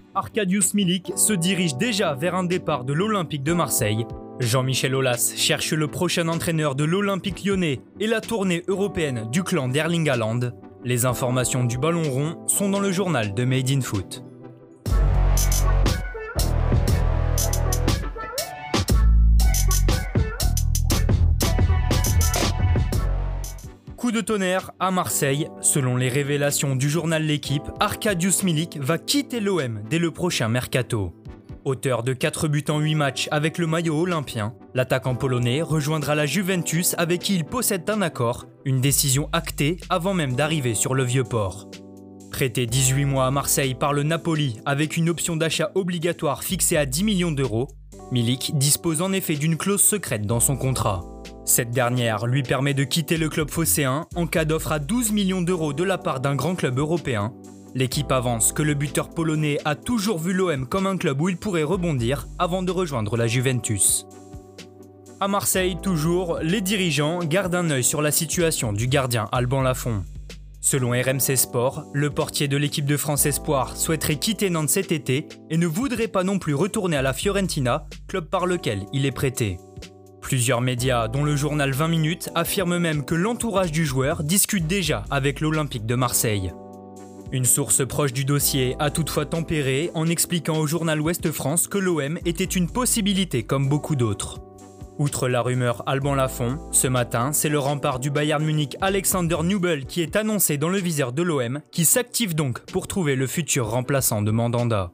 Arkadiusz Milik se dirige déjà vers un départ de l'Olympique de Marseille. Jean-Michel Aulas cherche le prochain entraîneur de l'Olympique lyonnais et la tournée européenne du clan d'Erling Haaland. Les informations du ballon rond sont dans le journal de Made in Foot. Coup de tonnerre à Marseille. Selon les révélations du journal L'Équipe, Arkadiusz Milik va quitter l'OM dès le prochain mercato. Auteur de 4 buts en 8 matchs avec le maillot olympien, l'attaquant polonais rejoindra la Juventus avec qui il possède un accord, une décision actée avant même d'arriver sur le Vieux-Port. Prêté 18 mois à Marseille par le Napoli avec une option d'achat obligatoire fixée à 10 millions d'euros, Milik dispose en effet d'une clause secrète dans son contrat. Cette dernière lui permet de quitter le club phocéen en cas d'offre à 12 millions d'euros de la part d'un grand club européen. L'équipe avance que le buteur polonais a toujours vu l'OM comme un club où il pourrait rebondir avant de rejoindre la Juventus. À Marseille, toujours, les dirigeants gardent un œil sur la situation du gardien Alban Lafont. Selon RMC Sport, le portier de l'équipe de France Espoir souhaiterait quitter Nantes cet été et ne voudrait pas non plus retourner à la Fiorentina, club par lequel il est prêté. Plusieurs médias, dont le journal 20 minutes, affirment même que l'entourage du joueur discute déjà avec l'Olympique de Marseille. Une source proche du dossier a toutefois tempéré en expliquant au journal Ouest France que l'OM était une possibilité comme beaucoup d'autres. Outre la rumeur Alban Lafont, ce matin, c'est le rempart du Bayern Munich Alexander Nübel qui est annoncé dans le viseur de l'OM, qui s'active donc pour trouver le futur remplaçant de Mandanda.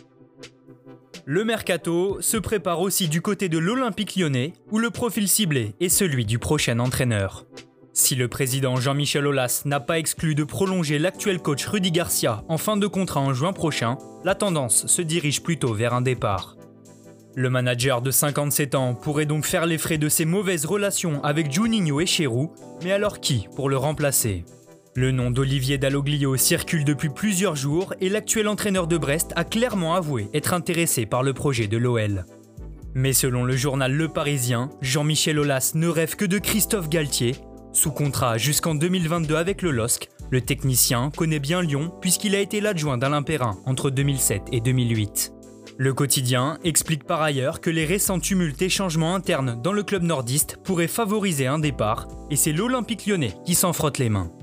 Le mercato se prépare aussi du côté de l'Olympique lyonnais, où le profil ciblé est celui du prochain entraîneur. Si le président Jean-Michel Aulas n'a pas exclu de prolonger l'actuel coach Rudy Garcia en fin de contrat en juin prochain, la tendance se dirige plutôt vers un départ. Le manager de 57 ans pourrait donc faire les frais de ses mauvaises relations avec Juninho et Cherou, mais alors qui pour le remplacer ? Le nom d'Olivier Dalloglio circule depuis plusieurs jours et l'actuel entraîneur de Brest a clairement avoué être intéressé par le projet de l'OL. Mais selon le journal Le Parisien, Jean-Michel Aulas ne rêve que de Christophe Galtier. Sous contrat jusqu'en 2022 avec le LOSC, le technicien connaît bien Lyon puisqu'il a été l'adjoint d'Alain Perrin entre 2007 et 2008. Le quotidien explique par ailleurs que les récents tumultes et changements internes dans le club nordiste pourraient favoriser un départ et c'est l'Olympique lyonnais qui s'en frotte les mains.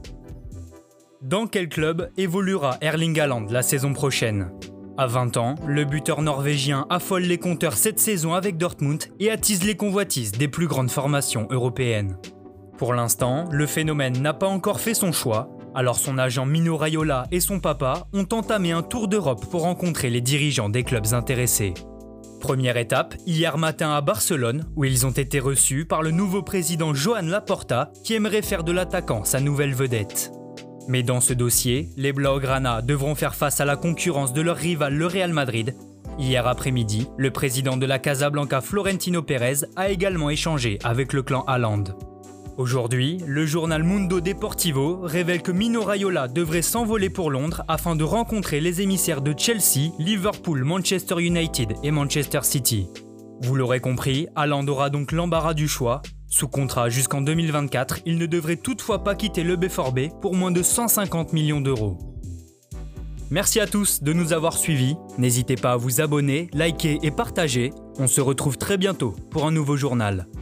Dans quel club évoluera Erling Haaland la saison prochaine ? À 20 ans, le buteur norvégien affole les compteurs cette saison avec Dortmund et attise les convoitises des plus grandes formations européennes. Pour l'instant, le phénomène n'a pas encore fait son choix, alors son agent Mino Raiola et son papa ont entamé un tour d'Europe pour rencontrer les dirigeants des clubs intéressés. Première étape, hier matin à Barcelone, où ils ont été reçus par le nouveau président Joan Laporta, qui aimerait faire de l'attaquant sa nouvelle vedette. Mais dans ce dossier, les Blaugrana devront faire face à la concurrence de leur rival le Real Madrid. Hier après-midi, le président de la Casablanca Florentino Pérez a également échangé avec le clan Haaland. Aujourd'hui, le journal Mundo Deportivo révèle que Mino Raiola devrait s'envoler pour Londres afin de rencontrer les émissaires de Chelsea, Liverpool, Manchester United et Manchester City. Vous l'aurez compris, Haaland aura donc l'embarras du choix. Sous contrat jusqu'en 2024, il ne devrait toutefois pas quitter le BVB pour moins de 150 millions d'euros. Merci à tous de nous avoir suivis. N'hésitez pas à vous abonner, liker et partager. On se retrouve très bientôt pour un nouveau journal.